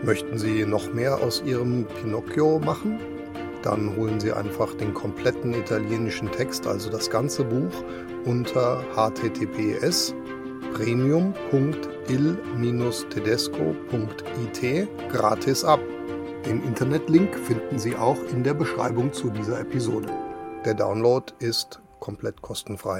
Möchten Sie noch mehr aus Ihrem Pinocchio machen? Dann holen Sie einfach den kompletten italienischen Text, also das ganze Buch, unter https://premium.il-tedesco.it gratis ab. Den Internetlink finden Sie auch in der Beschreibung zu dieser Episode. Der Download ist komplett kostenfrei.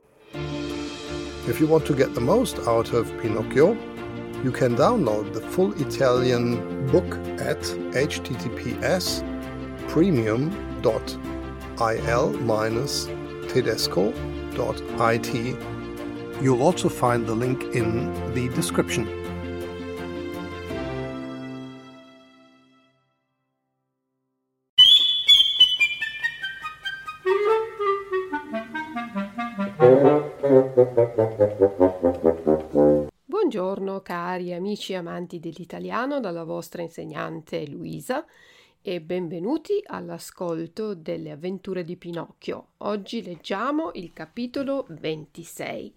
If you want to get the most out of Pinocchio, you can download the full Italian book at https://premium.il-tedesco.it. You'll also find the link in the description. Buongiorno cari amici e amanti dell'italiano dalla vostra insegnante Luisa e benvenuti all'ascolto delle avventure di Pinocchio. Oggi leggiamo il capitolo 26.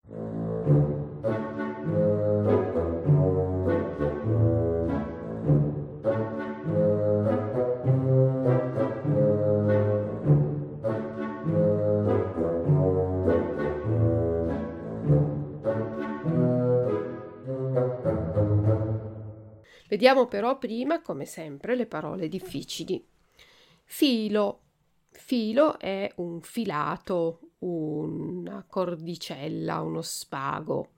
Vediamo però prima, come sempre, le parole difficili. Filo. Filo è un filato, una cordicella, uno spago.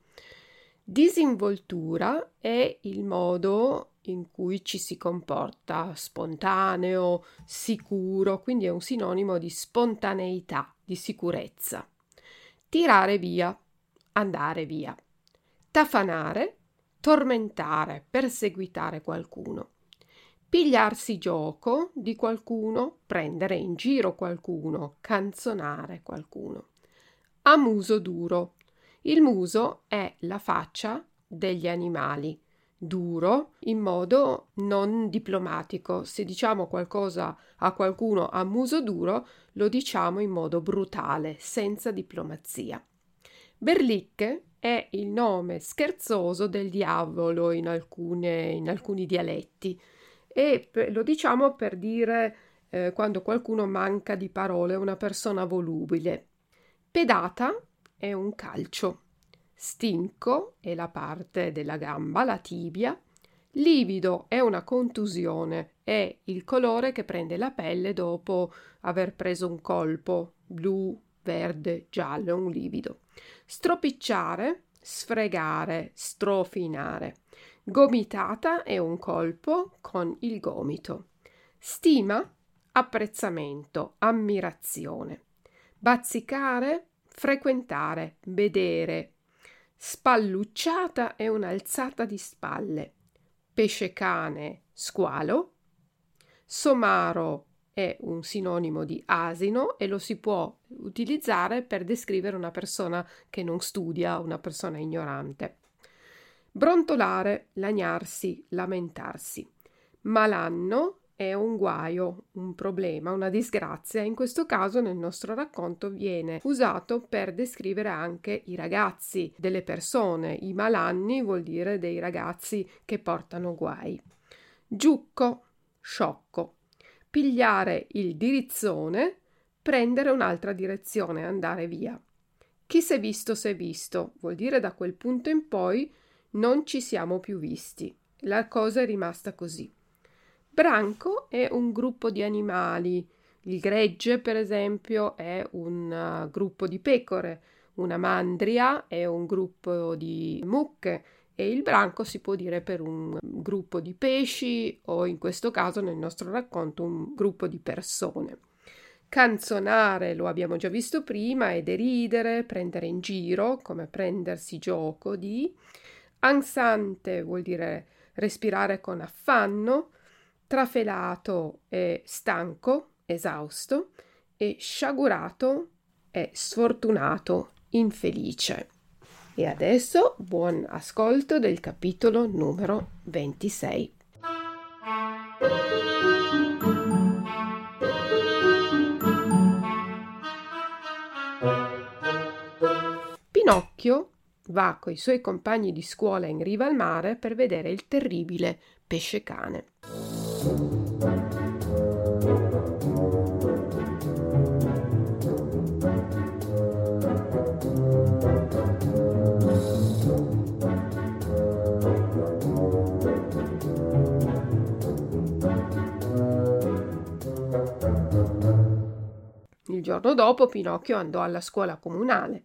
Disinvoltura è il modo in cui ci si comporta, spontaneo, sicuro, quindi è un sinonimo di spontaneità, di sicurezza. Tirare via, andare via. Tafanare, tormentare, perseguitare qualcuno. Pigliarsi gioco di qualcuno, prendere in giro qualcuno, canzonare qualcuno. A muso duro. Il muso è la faccia degli animali, duro in modo non diplomatico. Se diciamo qualcosa a qualcuno a muso duro, lo diciamo in modo brutale, senza diplomazia. Berlicche è il nome scherzoso del diavolo in alcuni dialetti e lo diciamo per dire quando qualcuno manca di parole, una persona volubile. Pedata è un calcio. Stinco è la parte della gamba, la tibia. Livido è una contusione, è il colore che prende la pelle dopo aver preso un colpo, blu, verde, giallo, è un livido. Stropicciare, sfregare, strofinare. Gomitata è un colpo con il gomito. Stima, apprezzamento, ammirazione. Bazzicare, frequentare, vedere. Spallucciata è un'alzata di spalle. Pescecane, squalo. Somaro è un sinonimo di asino e lo si può utilizzare per descrivere una persona che non studia, una persona ignorante. Brontolare, lagnarsi, lamentarsi. Malanno è un guaio, un problema, una disgrazia. In questo caso nel nostro racconto viene usato per descrivere anche i ragazzi delle persone. I malanni vuol dire dei ragazzi che portano guai. Giucco, sciocco. Pigliare il dirizzone, prendere un'altra direzione, andare via. Chi s'è visto, vuol dire da quel punto in poi non ci siamo più visti. La cosa è rimasta così. Branco è un gruppo di animali. Il gregge, per esempio, è un gruppo di pecore. Una mandria è un gruppo di mucche. E il branco si può dire per un gruppo di pesci o in questo caso nel nostro racconto un gruppo di persone. Canzonare lo abbiamo già visto prima, è deridere, prendere in giro, come prendersi gioco di. Ansante vuol dire respirare con affanno, trafelato è stanco, esausto e sciagurato è sfortunato, infelice. E adesso buon ascolto del capitolo numero 26. Pinocchio Va coi suoi compagni di scuola in riva al mare per vedere il terribile pesce-cane. Il giorno dopo Pinocchio andò alla scuola comunale.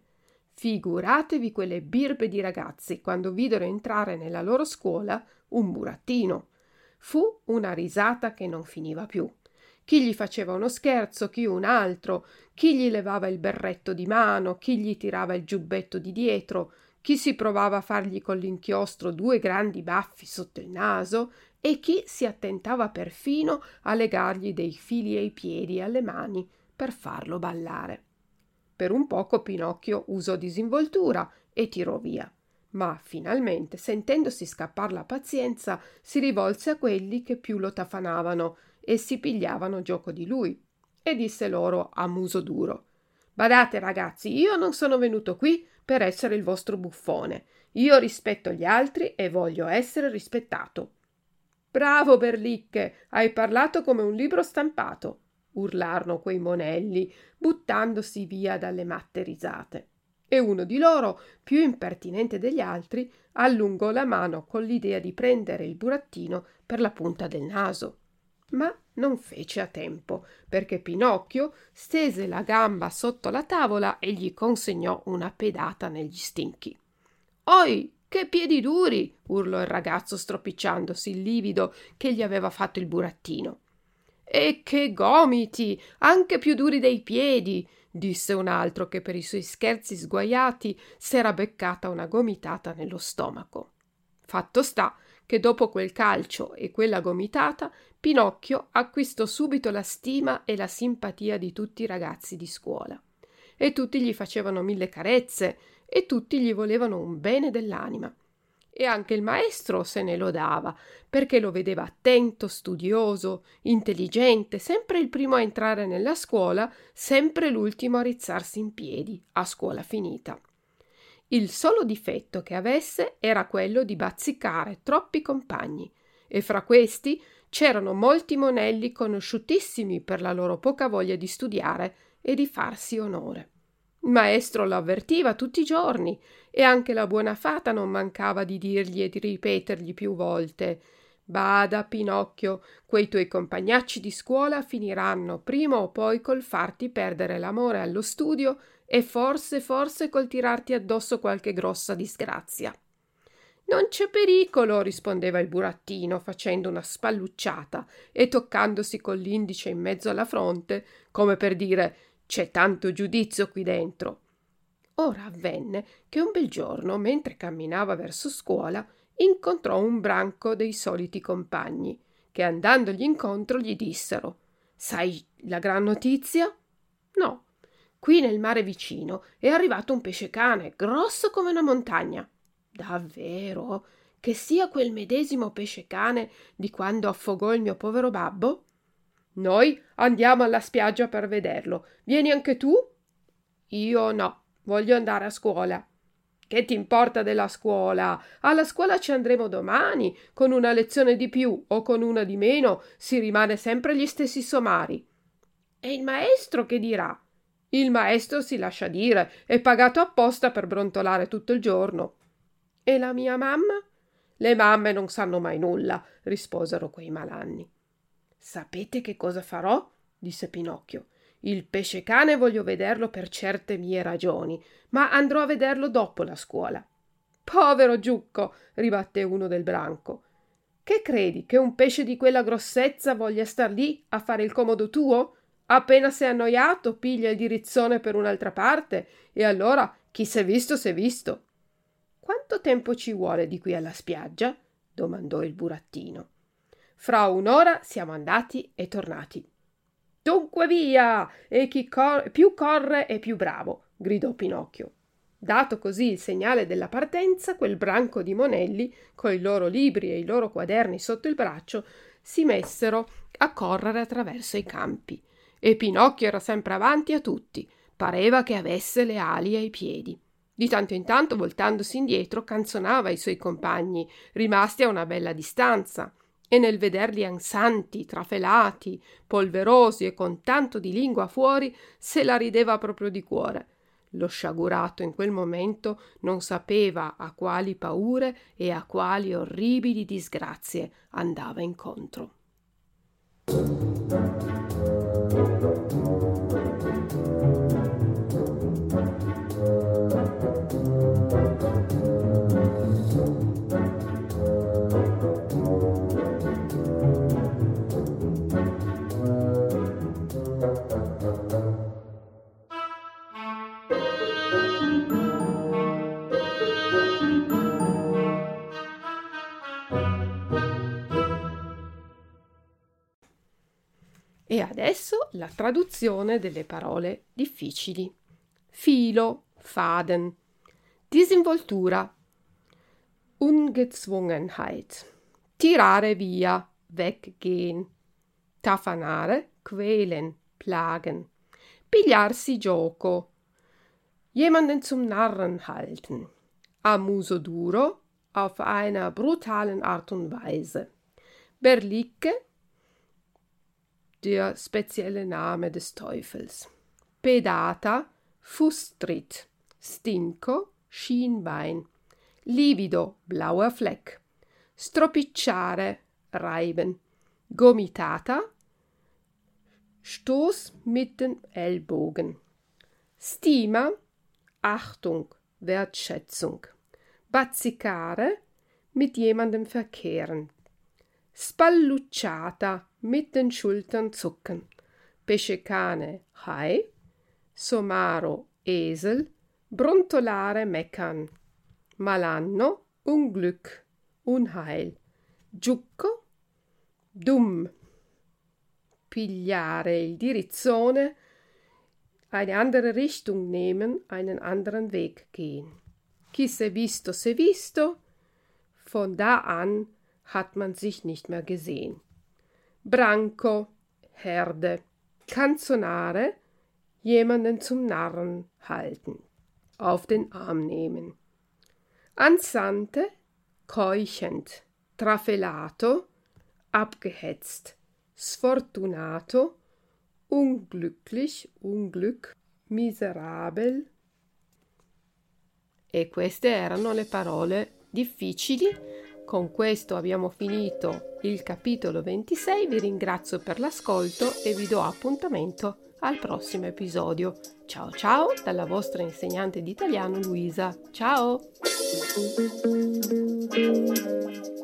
Figuratevi quelle birbe di ragazzi quando videro entrare nella loro scuola un burattino. Fu una risata che non finiva più. Chi gli faceva uno scherzo, chi un altro, chi gli levava il berretto di mano, chi gli tirava il giubbetto di dietro, chi si provava a fargli con l'inchiostro 2 grandi baffi sotto il naso e chi si attentava perfino a legargli dei fili ai piedi e alle mani per farlo ballare. Per un poco Pinocchio usò disinvoltura e tirò via, ma finalmente, sentendosi scappar la pazienza, si rivolse a quelli che più lo tafanavano e si pigliavano gioco di lui, e disse loro a muso duro: «Badate ragazzi, io non sono venuto qui per essere il vostro buffone. Io rispetto gli altri e voglio essere rispettato». «Bravo Berlicche, hai parlato come un libro stampato», urlarono quei monelli, buttandosi via dalle matte risate. E uno di loro, più impertinente degli altri, allungò la mano con l'idea di prendere il burattino per la punta del naso. Ma non fece a tempo, perché Pinocchio stese la gamba sotto la tavola e gli consegnò una pedata negli stinchi. «Oi, che piedi duri!» urlò il ragazzo stropicciandosi il livido che gli aveva fatto il burattino. «E che gomiti, anche più duri dei piedi!» disse un altro che per i suoi scherzi sguaiati s'era beccata una gomitata nello stomaco. Fatto sta che dopo quel calcio e quella gomitata Pinocchio acquistò subito la stima e la simpatia di tutti i ragazzi di scuola. E tutti gli facevano 1000 carezze e tutti gli volevano un bene dell'anima. E anche il maestro se ne lodava, perché lo vedeva attento, studioso, intelligente, sempre il primo a entrare nella scuola, sempre l'ultimo a rizzarsi in piedi, a scuola finita. Il solo difetto che avesse era quello di bazzicare troppi compagni, e fra questi c'erano molti monelli conosciutissimi per la loro poca voglia di studiare e di farsi onore. Il maestro lo avvertiva tutti i giorni e anche la buona fata non mancava di dirgli e di ripetergli più volte: «Bada, Pinocchio, quei tuoi compagnacci di scuola finiranno prima o poi col farti perdere l'amore allo studio e forse col tirarti addosso qualche grossa disgrazia». «Non c'è pericolo», rispondeva il burattino facendo una spallucciata e toccandosi con l'indice in mezzo alla fronte, come per dire: «C'è tanto giudizio qui dentro». Ora avvenne che un bel giorno, mentre camminava verso scuola, incontrò un branco dei soliti compagni, che andandogli incontro gli dissero: «Sai la gran notizia?» «No, qui nel mare vicino è arrivato un pesce-cane, grosso come una montagna». «Davvero? Che sia quel medesimo pesce-cane di quando affogò il mio povero babbo?» «Noi andiamo alla spiaggia per vederlo. Vieni anche tu?» «Io no, voglio andare a scuola». «Che ti importa della scuola? Alla scuola ci andremo domani. Con una lezione di più o con una di meno si rimane sempre gli stessi somari». «E il maestro che dirà?» «Il maestro si lascia dire, è pagato apposta per brontolare tutto il giorno». «E la mia mamma?» «Le mamme non sanno mai nulla», risposero quei malanni. «Sapete che cosa farò?» disse Pinocchio. «Il pesce-cane voglio vederlo per certe mie ragioni, ma andrò a vederlo dopo la scuola». «Povero Giucco», ribatté uno del branco. «Che credi, che un pesce di quella grossezza voglia star lì a fare il comodo tuo? Appena sei annoiato piglia il dirizzone per un'altra parte e allora chi s'è visto s'è visto». «Quanto tempo ci vuole di qui alla spiaggia?» domandò il burattino. «Fra un'ora siamo andati e tornati». «Dunque via! E chi più corre è più bravo», gridò Pinocchio. Dato così il segnale della partenza, quel branco di monelli, coi loro libri e i loro quaderni sotto il braccio, si messero a correre attraverso i campi. E Pinocchio era sempre avanti a tutti, pareva che avesse le ali ai piedi. Di tanto in tanto, voltandosi indietro, canzonava i suoi compagni, rimasti a una bella distanza, e nel vederli ansanti, trafelati, polverosi e con tanto di lingua fuori, se la rideva proprio di cuore. Lo sciagurato in quel momento non sapeva a quali paure e a quali orribili disgrazie andava incontro. E adesso la traduzione delle parole difficili. Filo, Faden, Disinvoltura, Ungezwungenheit, tirare via, weggehen, tafanare, quälen, plagen, pigliarsi gioco, jemanden zum Narren halten, a muso duro, auf einer brutalen Art und Weise, Berlicke, der spezielle Name des Teufels. Pedata, Fußtritt. Stinco, Schienbein. Livido, blauer Fleck. Stropicciare, reiben. Gomitata, Stoß mit den Ellbogen. Stima, Achtung, Wertschätzung. Bazzicare, mit jemandem verkehren. Spallucciata, mit den Schultern zucken. Pescecane, Hai. Somaro, Esel. Brontolare, meckern. Malanno, Unglück, Unheil. Giucco, dumm. Pigliare il dirizzone, eine andere Richtung nehmen, einen anderen Weg gehen. Chi s'è visto, von da an hat man sich nicht mehr gesehen. Branco, Herde. Canzonare, jemanden zum Narren halten. Auf den Arm nehmen. Ansante, keuchend. Trafelato, abgehetzt. Sfortunato, unglücklich, Unglück, miserabel. E queste erano le parole difficili. Con questo abbiamo finito il capitolo 26. Vi ringrazio per l'ascolto e vi do appuntamento al prossimo episodio. Ciao ciao dalla vostra insegnante di italiano Luisa. Ciao!